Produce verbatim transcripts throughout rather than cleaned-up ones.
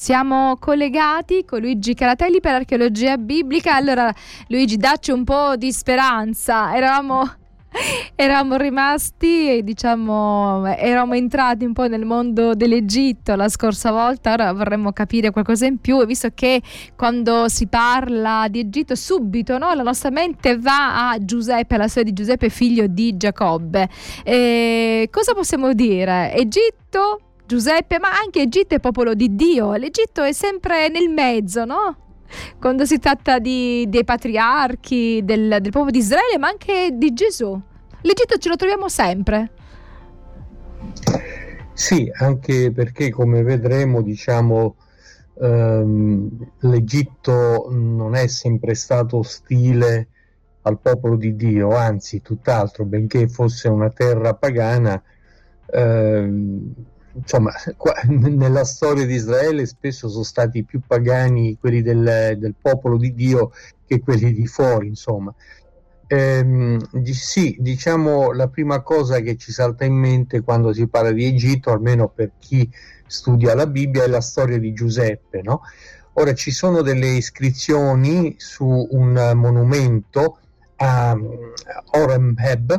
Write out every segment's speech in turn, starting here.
Siamo collegati con Luigi Caratelli per archeologia biblica. Allora, Luigi, dacci un po' di speranza. Eravamo, eravamo rimasti, diciamo, eravamo entrati un po' nel mondo dell'Egitto la scorsa volta. Ora vorremmo capire qualcosa in più, e visto che quando si parla di Egitto subito, no, la nostra mente va a Giuseppe, alla storia di Giuseppe, figlio di Giacobbe. E cosa possiamo dire? Egitto, Giuseppe, ma anche Egitto è popolo di Dio. L'Egitto è sempre nel mezzo, no? Quando si tratta di, dei patriarchi, del, del popolo di Israele, ma anche di Gesù. L'Egitto ce lo troviamo sempre. Sì, anche perché, come vedremo, diciamo, ehm, l'Egitto non è sempre stato ostile al popolo di Dio, anzi, tutt'altro, benché fosse una terra pagana. Ehm, insomma, qua, nella storia di Israele spesso sono stati più pagani quelli del, del popolo di Dio che quelli di fuori, insomma. Ehm, di, sì, diciamo, la prima cosa che ci salta in mente quando si parla di Egitto, almeno per chi studia la Bibbia, è la storia di Giuseppe, no? Ora, ci sono delle iscrizioni su un monumento a Horemheb,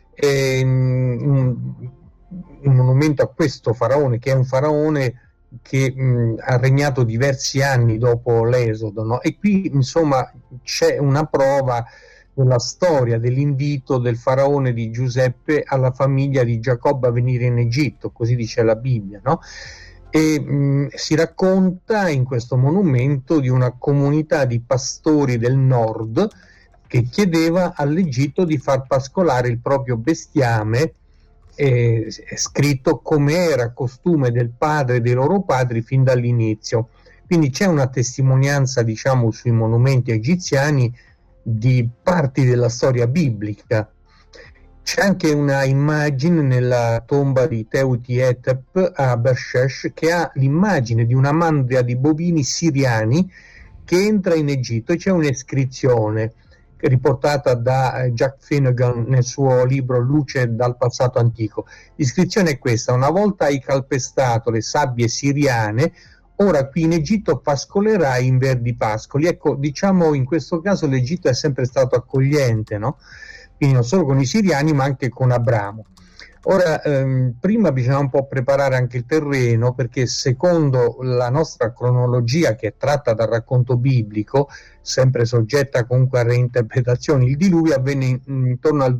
ehm, un monumento a questo faraone, che è un faraone che mh, ha regnato diversi anni dopo l'Esodo, no? E qui, insomma, c'è una prova della storia dell'invito del faraone di Giuseppe alla famiglia di Giacobbe a venire in Egitto, così dice la Bibbia, no? E mh, si racconta in questo monumento di una comunità di pastori del nord che chiedeva all'Egitto di far pascolare il proprio bestiame, è scritto come era costume del padre e dei loro padri fin dall'inizio. Quindi c'è una testimonianza, diciamo, sui monumenti egiziani di parti della storia biblica. C'è anche una immagine nella tomba di Teuti-Etep a Bershesh che ha l'immagine di una mandria di bovini siriani che entra in Egitto, e c'è un'iscrizione riportata da Jack Finnegan nel suo libro Luce dal passato antico. L'iscrizione è questa: una volta hai calpestato le sabbie siriane, ora qui in Egitto pascolerai in verdi pascoli. Ecco, diciamo, in questo caso l'Egitto è sempre stato accogliente, no? Quindi non solo con i siriani ma anche con Abramo. Ora, ehm, prima bisogna un po' preparare anche il terreno, perché secondo la nostra cronologia, che è tratta dal racconto biblico, sempre soggetta comunque a reinterpretazioni, il diluvio avvenne in, intorno al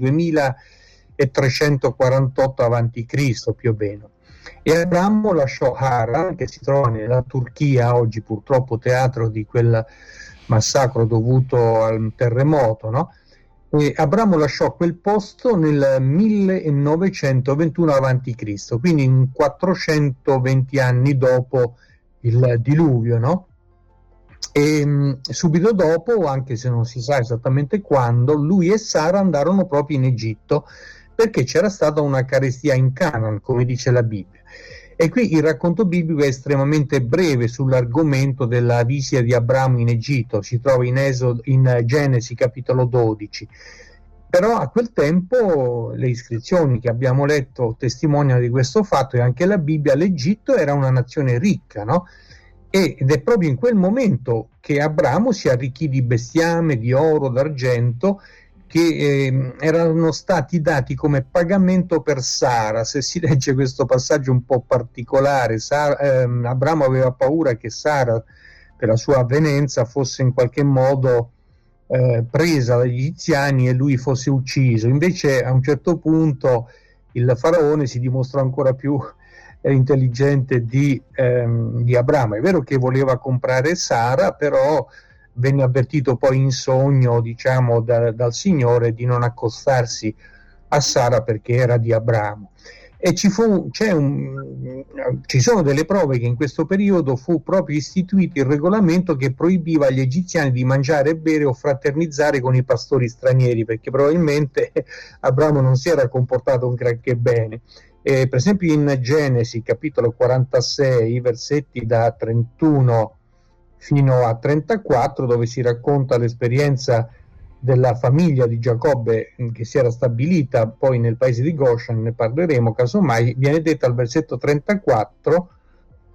duemilatrecentoquarantotto avanti Cristo più o meno. E Abramo lasciò Haran, che si trova nella Turchia, oggi purtroppo teatro di quel massacro dovuto al terremoto, no? E Abramo lasciò quel posto nel millenovecentoventuno avanti Cristo, quindi in quattrocentoventi anni dopo il diluvio, no? E mh, subito dopo, anche se non si sa esattamente quando, lui e Sara andarono proprio in Egitto, perché c'era stata una carestia in Canaan, come dice la Bibbia. E qui il racconto biblico è estremamente breve sull'argomento della visita di Abramo in Egitto, si trova in, Esodo, in Genesi capitolo dodici. Però a quel tempo le iscrizioni che abbiamo letto testimoniano di questo fatto, e anche la Bibbia, l'Egitto era una nazione ricca, no? Ed è proprio in quel momento che Abramo si arricchì di bestiame, di oro, d'argento, che eh, erano stati dati come pagamento per Sara. Se si legge questo passaggio un po' particolare, Sara, ehm, Abramo aveva paura che Sara, per la sua avvenenza, fosse in qualche modo eh, presa dagli egiziani e lui fosse ucciso. Invece a un certo punto il faraone si dimostrò ancora più eh, intelligente di, ehm, di Abramo. È vero che voleva comprare Sara, però venne avvertito poi in sogno, diciamo, da, dal Signore di non accostarsi a Sara perché era di Abramo. E ci, fu, c'è un, ci sono delle prove che in questo periodo fu proprio istituito il regolamento che proibiva agli egiziani di mangiare e bere o fraternizzare con i pastori stranieri, perché probabilmente Abramo non si era comportato un granché bene. Eh, per esempio in Genesi capitolo quarantasei, versetti da trentuno fino a trentaquattro, dove si racconta l'esperienza della famiglia di Giacobbe che si era stabilita poi nel paese di Goshen, ne parleremo casomai. Viene detta al versetto trentaquattro: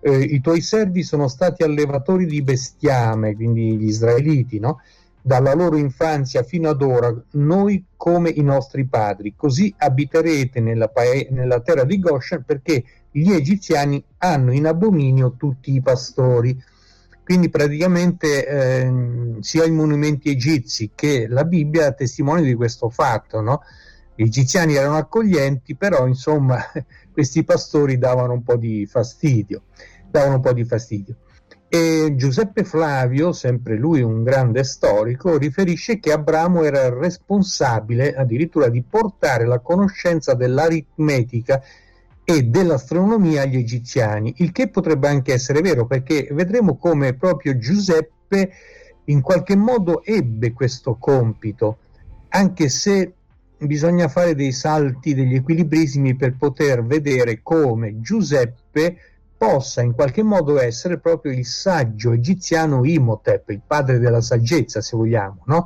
eh, i tuoi servi sono stati allevatori di bestiame, quindi gli israeliti, no? Dalla loro infanzia fino ad ora, noi come i nostri padri, così abiterete nella, pae- nella terra di Goshen, perché gli egiziani hanno in abominio tutti i pastori. Quindi praticamente eh, sia i monumenti egizi che la Bibbia testimoniano di questo fatto, no? Gli egiziani erano accoglienti, però insomma questi pastori davano un po' di fastidio, davano un po' di fastidio. E Giuseppe Flavio, sempre lui un grande storico, riferisce che Abramo era responsabile addirittura di portare la conoscenza dell'aritmetica e dell'astronomia agli egiziani, il che potrebbe anche essere vero, perché vedremo come proprio Giuseppe in qualche modo ebbe questo compito, anche se bisogna fare dei salti, degli equilibrismi per poter vedere come Giuseppe possa in qualche modo essere proprio il saggio egiziano Imhotep, il padre della saggezza, se vogliamo, no?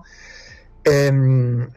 Ehm,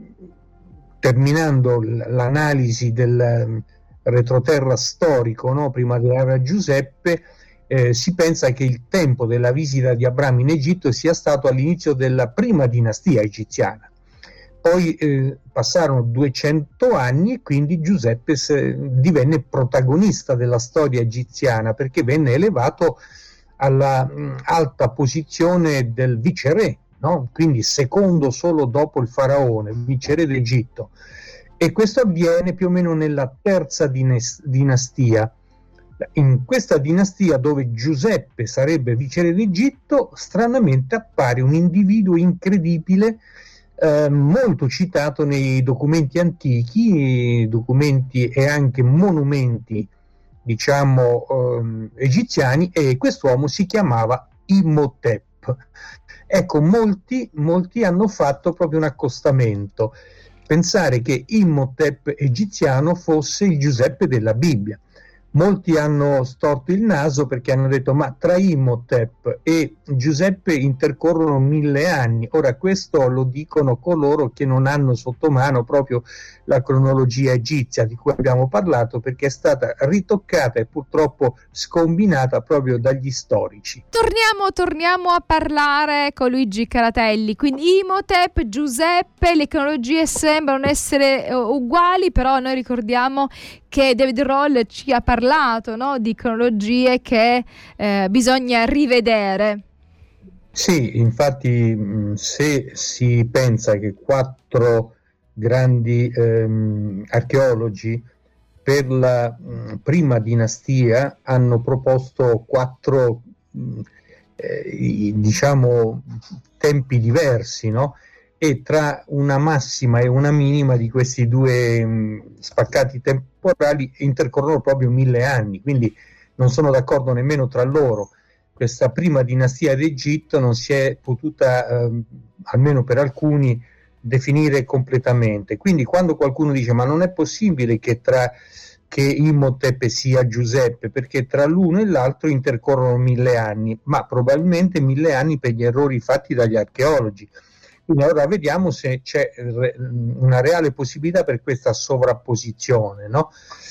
terminando l'analisi del retroterra storico, no? Prima dell'era Giuseppe, eh, si pensa che il tempo della visita di Abramo in Egitto sia stato all'inizio della prima dinastia egiziana. Poi eh, passarono duecento anni e quindi Giuseppe se, divenne protagonista della storia egiziana, perché venne elevato alla mh, alta posizione del viceré, no? Quindi secondo solo dopo il faraone, viceré d'Egitto. E questo avviene più o meno nella terza dines- dinastia. In questa dinastia, dove Giuseppe sarebbe viceré d'Egitto, stranamente appare un individuo incredibile, Eh, molto citato nei documenti antichi, documenti e anche monumenti, diciamo, ehm, egiziani, e quest'uomo si chiamava Imhotep. Ecco, molti, molti hanno fatto proprio un accostamento, pensare che Imhotep egiziano fosse il Giuseppe della Bibbia. Molti hanno storto il naso perché hanno detto: ma tra Imhotep e Giuseppe intercorrono mille anni. Ora, questo lo dicono coloro che non hanno sotto mano proprio la cronologia egizia di cui abbiamo parlato, perché è stata ritoccata e purtroppo scombinata proprio dagli storici. Torniamo, torniamo a parlare con Luigi Caratelli. Quindi Imhotep, Giuseppe, le cronologie sembrano essere uguali, però noi ricordiamo che David Roll ci ha parlato, no, di cronologie che eh, bisogna rivedere. Sì, infatti se si pensa che quattro grandi ehm, archeologi per la mh, prima dinastia hanno proposto quattro mh, eh, diciamo tempi diversi, no? E tra una massima e una minima di questi due mh, spaccati temporali intercorrono proprio mille anni, quindi non sono d'accordo nemmeno tra loro. Questa prima dinastia d'Egitto non si è potuta, eh, almeno per alcuni, definire completamente. Quindi quando qualcuno dice: ma non è possibile che tra che Imhotep sia Giuseppe, perché tra l'uno e l'altro intercorrono mille anni, ma probabilmente mille anni per gli errori fatti dagli archeologi. Quindi ora vediamo se c'è una reale possibilità per questa sovrapposizione, no?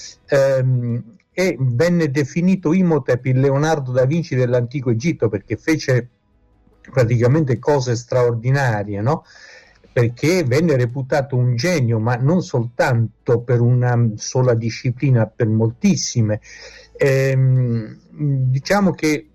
Ehm, e venne definito Imhotep il Leonardo da Vinci dell'antico Egitto, perché fece praticamente cose straordinarie, no? Perché venne reputato un genio, ma non soltanto per una sola disciplina, per moltissime. Ehm, diciamo che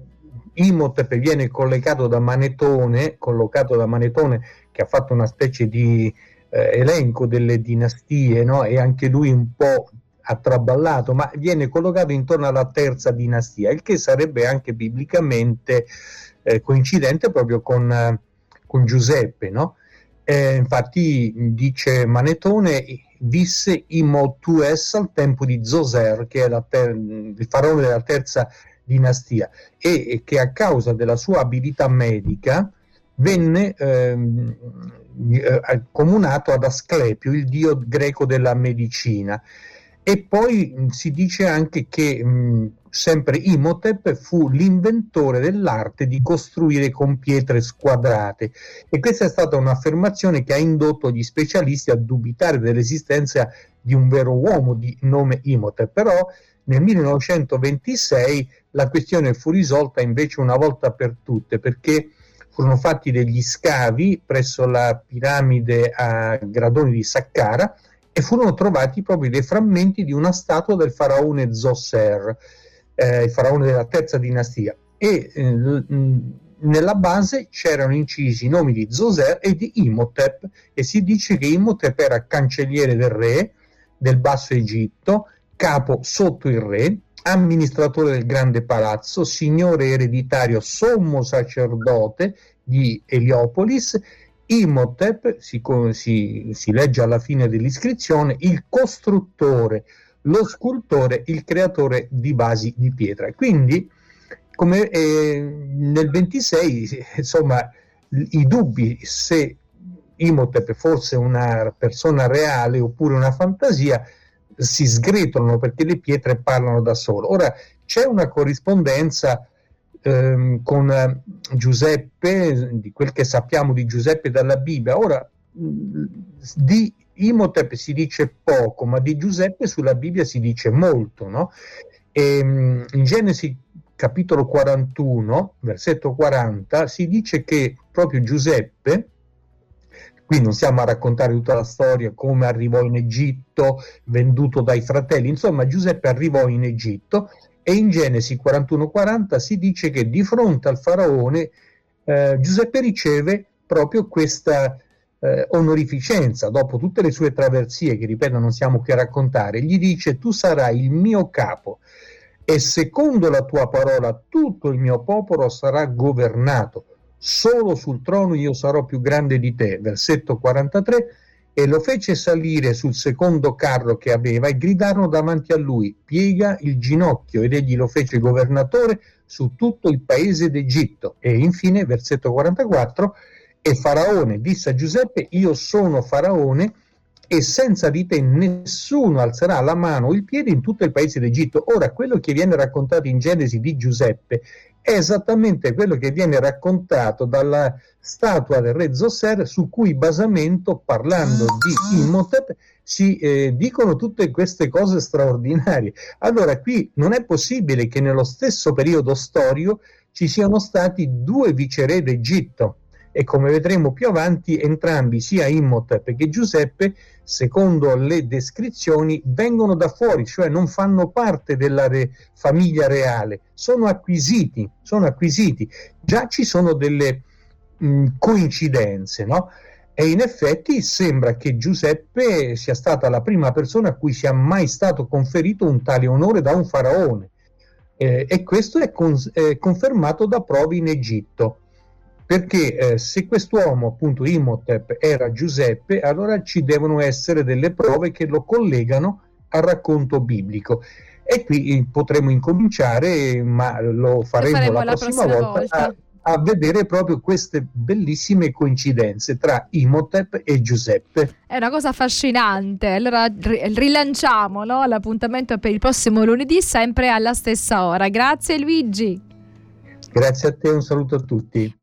Imhotep viene collegato da Manetone, collocato da Manetone, che ha fatto una specie di eh, elenco delle dinastie, no? E anche lui un po' ha traballato, ma viene collocato intorno alla terza dinastia, il che sarebbe anche biblicamente eh, coincidente proprio con, eh, con Giuseppe, no? Eh, infatti dice Manetone: visse Imhotep al tempo di Zoser, che è la ter- il faraone della terza dinastia, e che a causa della sua abilità medica venne ehm, eh, comunato ad Asclepio, il dio greco della medicina. E poi mh, si dice anche che mh, sempre Imhotep fu l'inventore dell'arte di costruire con pietre squadrate, e questa è stata un'affermazione che ha indotto gli specialisti a dubitare dell'esistenza di un vero uomo di nome Imhotep. Però Nel millenovecentoventisei la questione fu risolta invece una volta per tutte, perché furono fatti degli scavi presso la piramide a gradoni di Saqqara e furono trovati proprio dei frammenti di una statua del faraone Zoser, eh, il faraone della terza dinastia, e eh, mh, nella base c'erano incisi i nomi di Zoser e di Imhotep, e si dice che Imhotep era cancelliere del re del Basso Egitto, capo sotto il re, amministratore del grande palazzo, signore ereditario, sommo sacerdote di Eliopolis. Imhotep, si, si, si legge alla fine dell'iscrizione, il costruttore, lo scultore, il creatore di vasi di pietra. Quindi, come eh, nel ventisei, insomma, i dubbi se Imhotep fosse una persona reale oppure una fantasia si sgretolano, perché le pietre parlano da sole. Ora c'è una corrispondenza ehm, con Giuseppe, di quel che sappiamo di Giuseppe dalla Bibbia. Ora mh, di Imhotep si dice poco, ma di Giuseppe sulla Bibbia si dice molto, no? E, mh, in Genesi capitolo quarantuno, versetto quaranta, si dice che proprio Giuseppe, qui non stiamo a raccontare tutta la storia, come arrivò in Egitto, venduto dai fratelli, insomma Giuseppe arrivò in Egitto, e in Genesi quarantuno quaranta si dice che di fronte al faraone eh, Giuseppe riceve proprio questa eh, onorificenza, dopo tutte le sue traversie, che ripeto non siamo qui a raccontare. Gli dice: tu sarai il mio capo e secondo la tua parola tutto il mio popolo sarà governato. Solo sul trono io sarò più grande di te. Versetto quarantatré. E lo fece salire sul secondo carro che aveva e gridarono davanti a lui: piega il ginocchio, ed egli lo fece governatore su tutto il paese d'Egitto. E infine, versetto quarantaquattro, e Faraone disse a Giuseppe: io sono Faraone e senza di te nessuno alzerà la mano o il piede in tutto il paese d'Egitto. Ora, quello che viene raccontato in Genesi di Giuseppe è esattamente quello che viene raccontato dalla statua del re Zoser, su cui basamento, parlando di Imhotep, si eh, dicono tutte queste cose straordinarie. Allora, qui non è possibile che nello stesso periodo storico ci siano stati due viceré d'Egitto, e come vedremo più avanti entrambi, sia Imhotep che Giuseppe, secondo le descrizioni, vengono da fuori, cioè non fanno parte della re, famiglia reale, sono acquisiti, sono acquisiti. Già ci sono delle mh, coincidenze, no? E in effetti sembra che Giuseppe sia stata la prima persona a cui sia mai stato conferito un tale onore da un faraone, eh, e questo è, con, è confermato da prove in Egitto. Perché eh, se quest'uomo, appunto Imhotep, era Giuseppe, allora ci devono essere delle prove che lo collegano al racconto biblico. E qui eh, potremo incominciare, ma lo faremo, faremo la, la prossima, prossima volta, volta. A, a vedere proprio queste bellissime coincidenze tra Imhotep e Giuseppe. È una cosa affascinante. Allora rilanciamo, no, l'appuntamento per il prossimo lunedì, sempre alla stessa ora. Grazie Luigi. Grazie a te, un saluto a tutti.